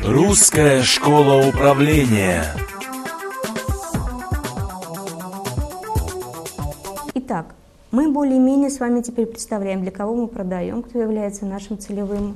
Русская школа управления. Итак, мы более-менее с вами теперь представляем, для кого мы продаем, кто является нашим целевым,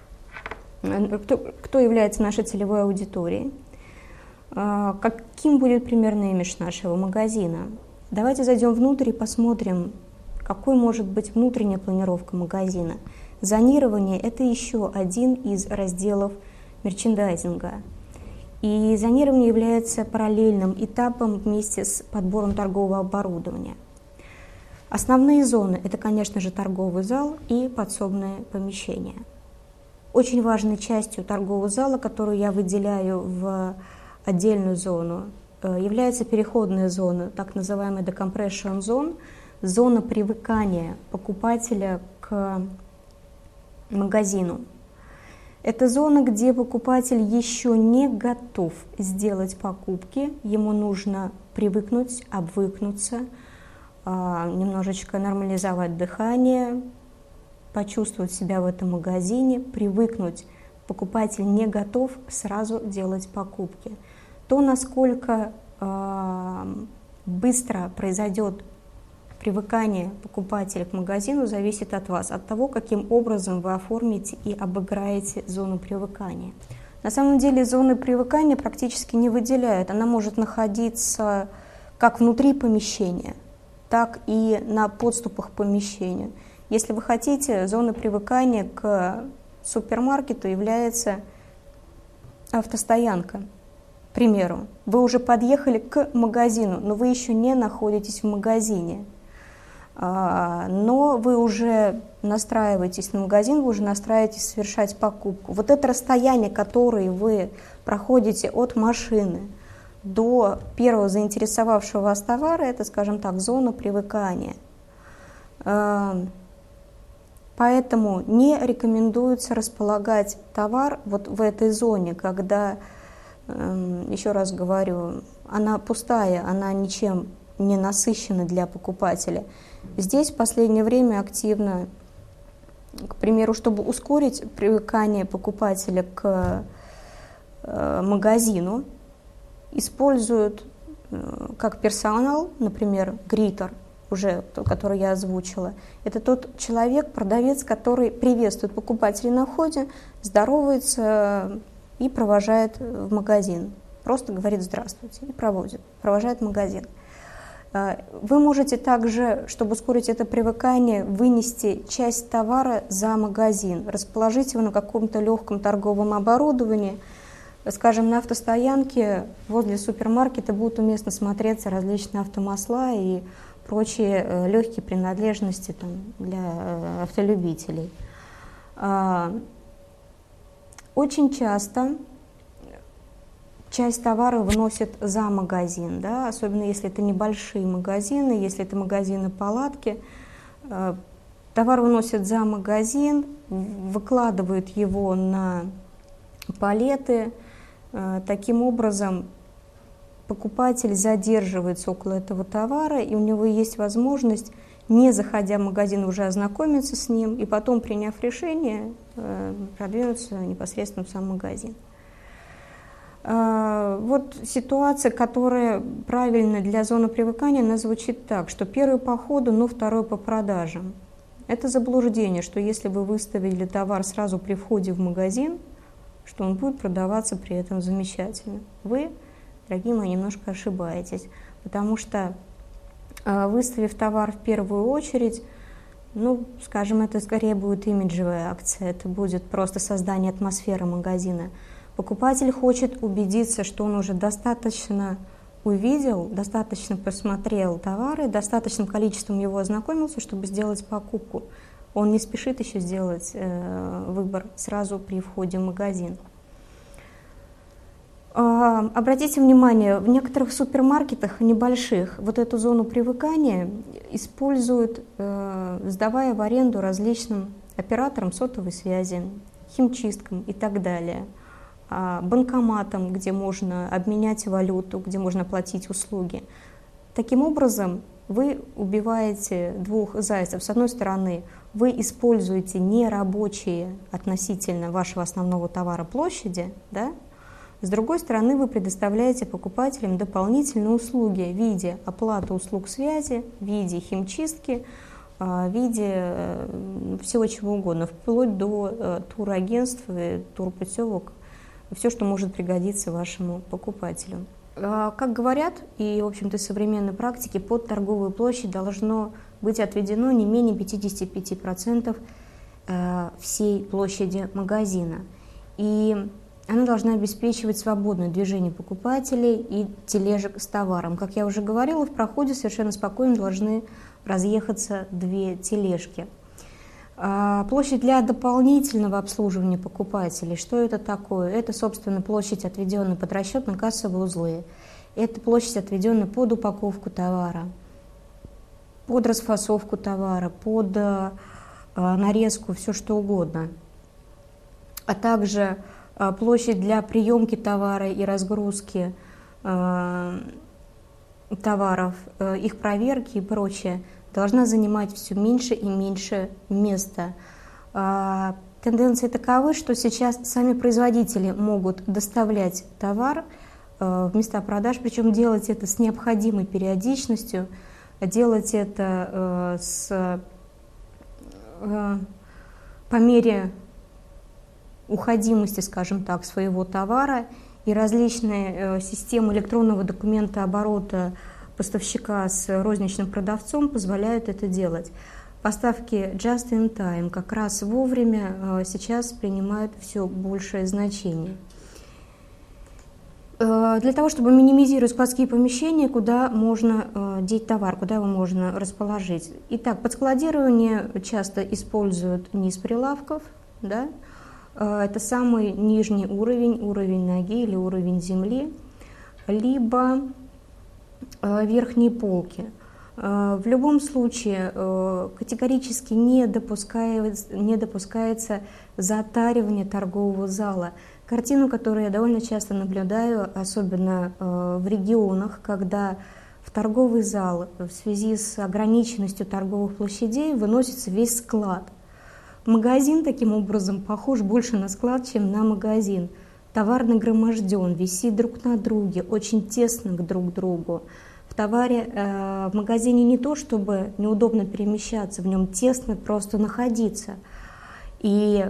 кто является нашей целевой аудиторией, каким будет примерный имидж нашего магазина. Давайте зайдем внутрь и посмотрим, какой может быть внутренняя планировка магазина. Зонирование – это еще один из разделов мерчендайзинга. И зонирование является параллельным этапом вместе с подбором торгового оборудования. Основные зоны – это, конечно же, торговый зал и подсобное помещение. Очень важной частью торгового зала, которую я выделяю в отдельную зону, является переходная зона, так называемая decompression zone, зона привыкания покупателя к магазину. Это зона, где покупатель еще не готов сделать покупки, ему нужно привыкнуть, обвыкнуться, немножечко нормализовать дыхание, почувствовать себя в этом магазине, привыкнуть. Покупатель не готов сразу делать покупки. То, насколько быстро произойдет привыкание покупателя к магазину, зависит от вас, от того, каким образом вы оформите и обыграете зону привыкания. На самом деле зоны привыкания практически не выделяют. Она может находиться как внутри помещения, так и на подступах к помещению. Если вы хотите, зона привыкания к супермаркету является автостоянка. К примеру, вы уже подъехали к магазину, но вы еще не находитесь в магазине. Но вы уже настраиваетесь на магазин, вы уже настраиваетесь совершать покупку. Вот это расстояние, которое вы проходите от машины до первого заинтересовавшего вас товара, это, скажем так, зона привыкания. Поэтому не рекомендуется располагать товар вот в этой зоне, когда, еще раз говорю, она пустая, она ничем не насыщена для покупателя. Здесь в последнее время активно, к примеру, чтобы ускорить привыкание покупателя к магазину, используют как персонал, например, гритер, уже тот, который я озвучила. Это тот человек, продавец, который приветствует покупателей на входе, здоровается и провожает в магазин. Просто говорит «здравствуйте» и провожает в магазин. Вы можете также, чтобы ускорить это привыкание, вынести часть товара за магазин, расположить его на каком-то легком торговом оборудовании. Скажем, на автостоянке возле супермаркета будут уместно смотреться различные автомасла и прочие легкие принадлежности там, для автолюбителей. Очень часто часть товара выносят за магазин, да, особенно если это небольшие магазины, если это магазины-палатки. Товар выносят за магазин, выкладывают его на палеты. Таким образом, покупатель задерживается около этого товара, и у него есть возможность, не заходя в магазин, уже ознакомиться с ним, и потом, приняв решение, продвинуться непосредственно в сам магазин. Вот ситуация, которая правильна для зоны привыкания, она звучит так, что первый по ходу, но второй по продажам. Это заблуждение, что если вы выставили товар сразу при входе в магазин, что он будет продаваться при этом замечательно. Вы, дорогие мои, немножко ошибаетесь, потому что, выставив товар в первую очередь, ну, скажем, это скорее будет имиджевая акция, это будет просто создание атмосферы магазина. Покупатель хочет убедиться, что он уже достаточно увидел, достаточно посмотрел товары, достаточным количеством его ознакомился, чтобы сделать покупку. Он не спешит еще сделать выбор сразу при входе в магазин. Обратите внимание, в некоторых супермаркетах небольших вот эту зону привыкания используют, сдавая в аренду различным операторам сотовой связи, химчисткам и так далее, банкоматам, где можно обменять валюту, где можно оплатить услуги. Таким образом, вы убиваете двух зайцев. С одной стороны, вы используете нерабочие относительно вашего основного товара площади, да, С другой стороны, вы предоставляете покупателям дополнительные услуги в виде оплаты услуг связи, в виде химчистки, в виде всего чего угодно, вплоть до турагентств, турпутевок, все, что может пригодиться вашему покупателю. Как говорят, и, в общем-то, в современной практике, под торговую площадь должно быть отведено не менее 55% всей площади магазина. И она должна обеспечивать свободное движение покупателей и тележек с товаром. Как я уже говорила, в проходе совершенно спокойно должны разъехаться две тележки. Площадь для дополнительного обслуживания покупателей. Что это такое? Это, собственно, площадь, отведенная под расчетно-кассовые узлы. Это площадь, отведенная под упаковку товара, под расфасовку товара, под нарезку, все что угодно. А также площадь для приемки товара и разгрузки товаров, их проверки и прочее, должна занимать все меньше и меньше места. Тенденции таковы, что сейчас сами производители могут доставлять товар в места продаж, причем делать это с необходимой периодичностью, делать это по мере уходимости, скажем так, своего товара, и различные системы электронного документооборота поставщика с розничным продавцом позволяют это делать. Поставки just in time, как раз вовремя, сейчас принимают все большее значение. Для того, чтобы минимизировать складские помещения, куда можно деть товар, куда его можно расположить. Итак, под складирование часто используют низ прилавков, да? Это самый нижний уровень, уровень ноги или уровень земли, либо верхние полки. В любом случае категорически не допускается затаривание торгового зала. Картину, которую я довольно часто наблюдаю, особенно в регионах, когда в торговый зал в связи с ограниченностью торговых площадей выносится весь склад. Магазин таким образом похож больше на склад, чем на магазин. Товар нагроможден, висит друг на друге, очень тесно друг к другу. В магазине не то, чтобы неудобно перемещаться, в нем тесно просто находиться. И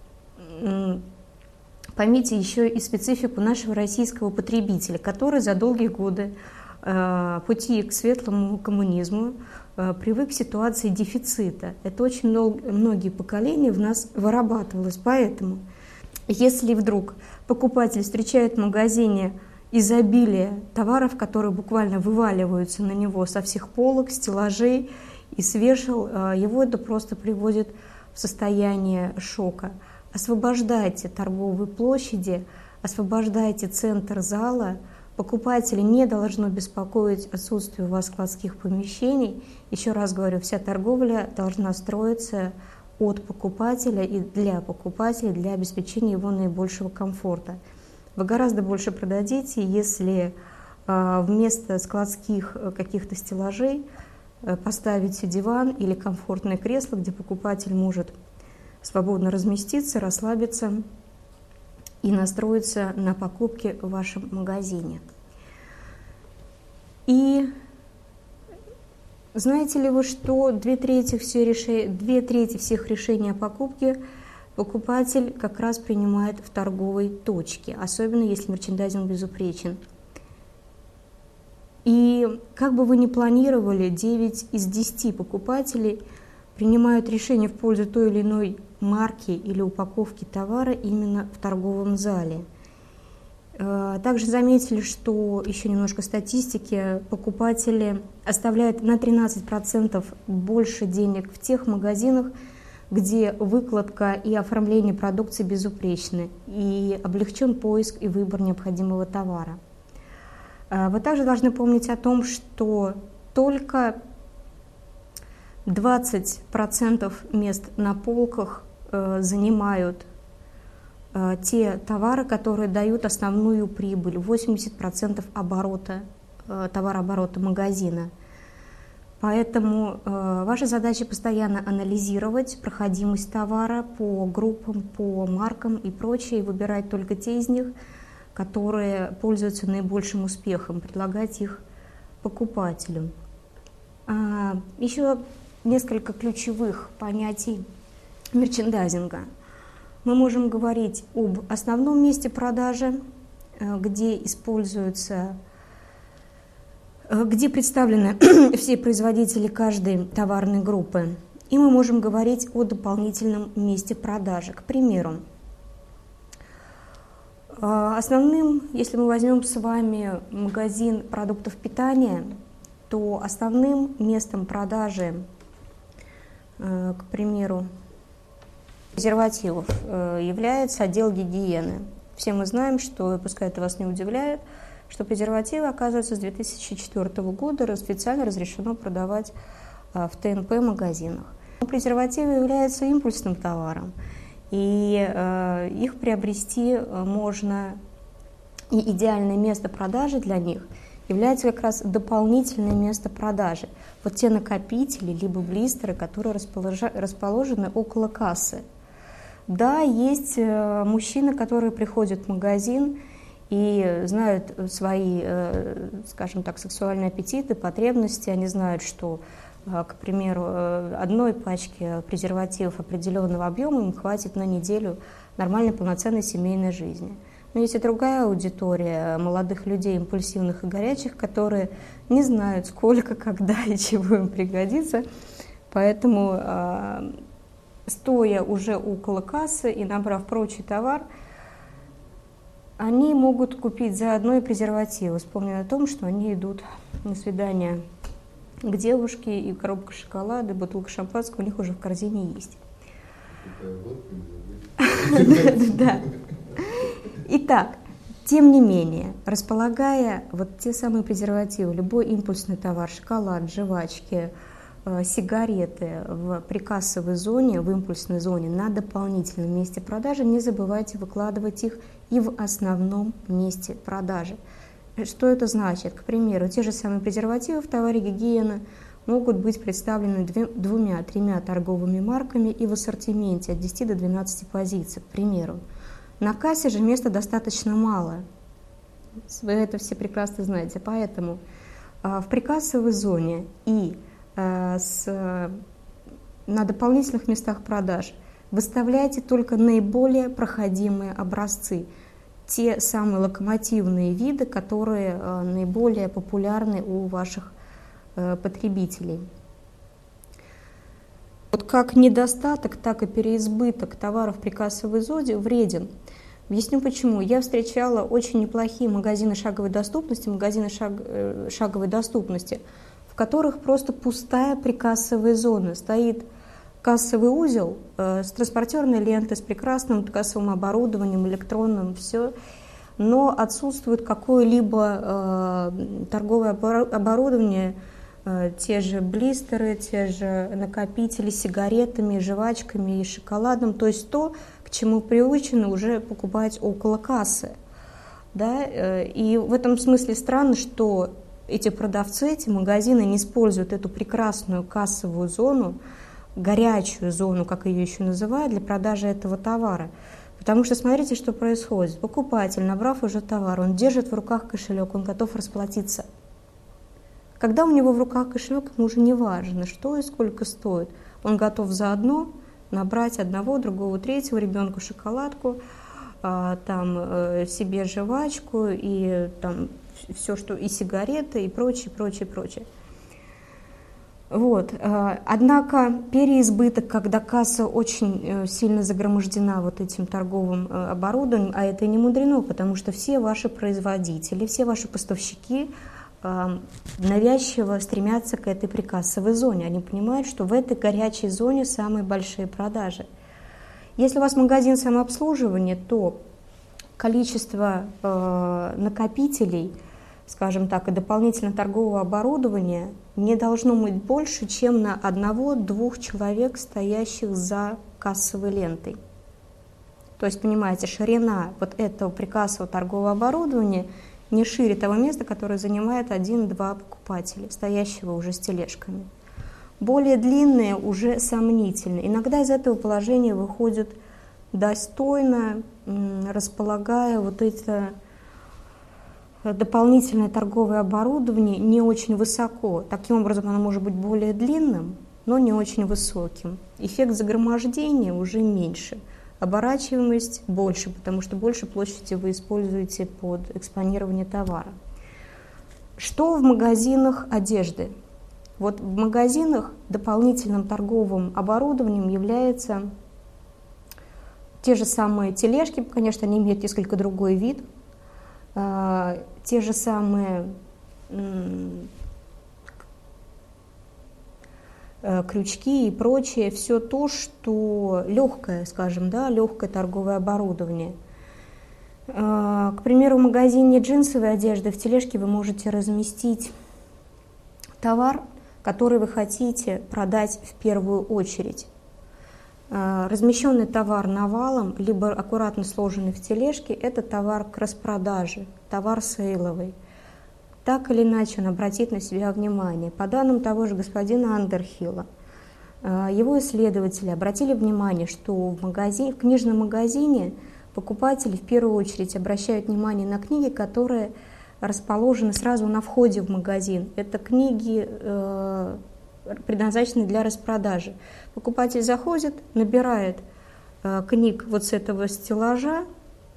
поймите еще и специфику нашего российского потребителя, который за долгие годы пути к светлому коммунизму привык к ситуации дефицита. Это очень многие поколения в нас вырабатывалось. Поэтому, если вдруг покупатель встречает в магазине изобилие товаров, которые буквально вываливаются на него со всех полок, стеллажей и с вешал, его это просто приводит в состояние шока. Освобождайте торговые площади, освобождайте центр зала. Покупателя не должно беспокоить отсутствие у вас складских помещений. Еще раз говорю, вся торговля должна строиться от покупателя и для покупателя, для обеспечения его наибольшего комфорта. Вы гораздо больше продадите, если вместо складских каких-то стеллажей поставите диван или комфортное кресло, где покупатель может свободно разместиться, расслабиться и настроиться на покупки в вашем магазине. И знаете ли вы, что 2/3 всех решений о покупке покупатель как раз принимает в торговой точке, особенно если мерчендайзинг безупречен. И как бы вы ни планировали, 9 из 10 покупателей принимают решение в пользу той или иной марки или упаковки товара именно в торговом зале. Также заметили, что еще немножко статистики, покупатели оставляют на 13% больше денег в тех магазинах, где выкладка и оформление продукции безупречны и облегчен поиск и выбор необходимого товара. Вы также должны помнить о том, что только 20% мест на полках занимают те товары, которые дают основную прибыль, 80% товарооборота магазина. Поэтому ваша задача постоянно анализировать проходимость товара по группам, по маркам и прочее, и выбирать только те из них, которые пользуются наибольшим успехом, предлагать их покупателю. Еще несколько ключевых понятий мерчендайзинга. Мы можем говорить об основном месте продажи, где представлены все производители каждой товарной группы. И мы можем говорить о дополнительном месте продажи. К примеру, основным, если мы возьмем с вами магазин продуктов питания, то основным местом продажи, к примеру, презервативов является отдел гигиены. Все мы знаем, что, пускай это вас не удивляет, что презервативы, оказывается, с 2004 года официально разрешено продавать в ТНП-магазинах. Презервативы являются импульсным товаром, и их приобрести можно, и идеальное место продажи для них является как раз дополнительное место продажи. Вот те накопители, либо блистеры, которые расположены около кассы. Да, есть мужчины, которые приходят в магазин и знают свои, скажем так, сексуальные аппетиты, потребности. Они знают, что, к примеру, одной пачки презервативов определенного объема им хватит на неделю нормальной полноценной семейной жизни. Но есть и другая аудитория молодых людей, импульсивных и горячих, которые не знают, сколько, когда и чего им пригодится. Поэтому, стоя уже около кассы и набрав прочий товар, они могут купить заодно и презервативы, вспомнив о том, что они идут на свидание к девушке, и коробка шоколада, и бутылка шампанского у них уже в корзине есть. Да. Итак, тем не менее, располагая вот те самые презервативы, любой импульсный товар, шоколад, жвачки, сигареты в прикассовой зоне, в импульсной зоне на дополнительном месте продажи, не забывайте выкладывать их и в основном месте продажи. Что это значит? К примеру, те же самые презервативы в товаре гигиена могут быть представлены 2-3 торговыми марками и в ассортименте от 10 до 12 позиций, к примеру. На кассе же места достаточно мало. Вы это все прекрасно знаете. Поэтому в прикассовой зоне и на дополнительных местах продаж выставляйте только наиболее проходимые образцы, те самые локомотивные виды, которые наиболее популярны у ваших потребителей. Вот как недостаток, так и переизбыток товаров в прикассовой зоне вреден. Объясню почему. Я встречала очень неплохие магазины шаговой доступности, шаговой доступности, в которых просто пустая прикассовая зона. Стоит кассовый узел с транспортерной лентой, с прекрасным кассовым оборудованием, электронным, все, но отсутствует какое-либо торговое оборудование, те же блистеры, те же накопители с сигаретами, жвачками и шоколадом, то есть то, к чему приучены уже покупать около кассы. Да? И в этом смысле странно, что эти продавцы, эти магазины не используют эту прекрасную кассовую зону, горячую зону, как ее еще называют, для продажи этого товара. Потому что смотрите, что происходит. Покупатель, набрав уже товар, он держит в руках кошелек, он готов расплатиться. Когда у него в руках кошелек, ему уже не важно, что и сколько стоит. Он готов заодно набрать одного, другого, третьего, ребенку шоколадку, себе жвачку и все, что и сигареты, и прочее, прочее, прочее. Вот. Однако переизбыток, когда касса очень сильно загромождена вот этим торговым оборудованием, а это и не мудрено, потому что все ваши производители, все ваши поставщики навязчиво стремятся к этой прикассовой зоне. Они понимают, что в этой горячей зоне самые большие продажи. Если у вас магазин самообслуживания, то количество накопителей, скажем так, и дополнительно торгового оборудования не должно быть больше, чем на 1-2 человек, стоящих за кассовой лентой. То есть, понимаете, ширина вот этого прикассового торгового оборудования не шире того места, которое занимает 1-2 покупателя, стоящего уже с тележками. Более длинные уже сомнительны. Иногда из этого положения выходят достойно, располагая вот это дополнительное торговое оборудование не очень высоко. Таким образом, оно может быть более длинным, но не очень высоким. Эффект загромождения уже меньше. Оборачиваемость больше, потому что больше площади вы используете под экспонирование товара. Что в магазинах одежды? Вот в магазинах дополнительным торговым оборудованием являются те же самые тележки, конечно, они имеют несколько другой вид, те же самые крючки и прочее, все то, что легкое, скажем, да, легкое торговое оборудование. К примеру, в магазине джинсовой одежды в тележке вы можете разместить товар, который вы хотите продать в первую очередь. Размещенный товар навалом, либо аккуратно сложенный в тележке, это товар к распродаже, товар сейловый. Так или иначе он обратит на себя внимание. По данным того же господина Андерхилла, его исследователи обратили внимание, что в книжном магазине покупатели в первую очередь обращают внимание на книги, которые расположены сразу на входе в магазин. Это книги, предназначенные для распродажи. Покупатель заходит, набирает книг вот с этого стеллажа,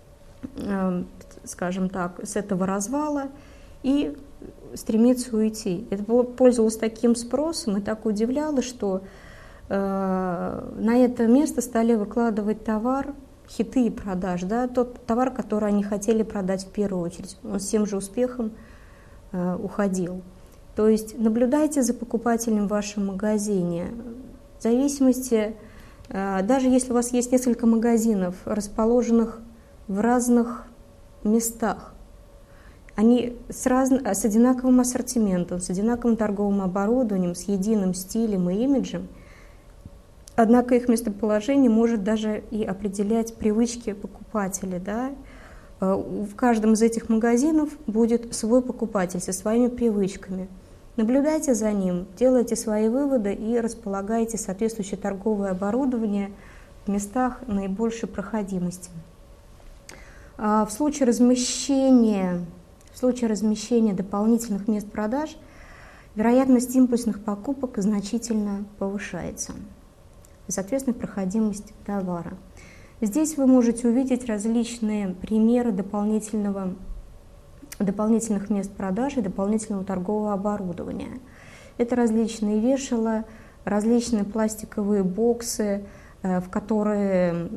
скажем так, с этого развала, и стремится уйти. Это пользовалось таким спросом и так удивляло, что на это место стали выкладывать товар, хиты продаж, да, тот товар, который они хотели продать в первую очередь. Он с тем же успехом уходил. То есть наблюдайте за покупателем в вашем магазине. В зависимости, даже если у вас есть несколько магазинов, расположенных в разных местах, они с одинаковым ассортиментом, с одинаковым торговым оборудованием, с единым стилем и имиджем, однако их местоположение может даже и определять привычки покупателя. Да? В каждом из этих магазинов будет свой покупатель со своими привычками. Наблюдайте за ним, делайте свои выводы и располагайте соответствующее торговое оборудование в местах наибольшей проходимости. В случае размещения дополнительных мест продаж вероятность импульсных покупок значительно повышается. Соответственно, проходимость товара. Здесь вы можете увидеть различные примеры дополнительных мест продаж и дополнительного торгового оборудования. Это различные вешала, различные пластиковые боксы, в которые,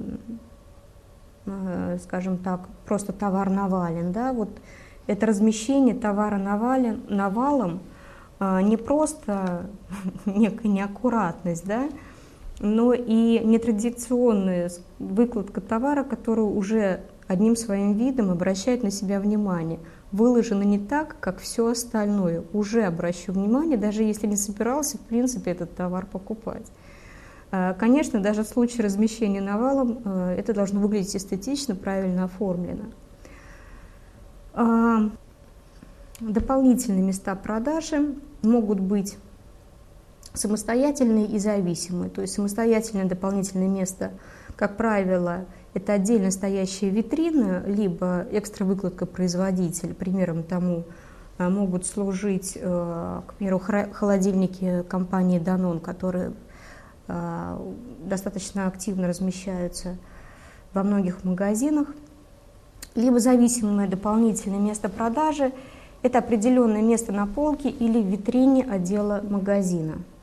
скажем так, просто товар навален. Да? Вот это размещение товара навалом не просто некая неаккуратность, да? Но и нетрадиционная выкладка товара, который уже одним своим видом обращает на себя внимание. Выложено не так, как все остальное. Уже обращу внимание, даже если не собирался, в принципе, этот товар покупать. Конечно, даже в случае размещения навалом это должно выглядеть эстетично, правильно оформлено. Дополнительные места продажи могут быть самостоятельные и зависимые. То есть самостоятельное дополнительное место, как правило, это отдельно стоящая витрина, либо экстра выкладка производителя. Примером тому могут служить, к примеру, холодильники компании Danone, которые достаточно активно размещаются во многих магазинах. Либо зависимое дополнительное место продажи – это определенное место на полке или в витрине отдела магазина.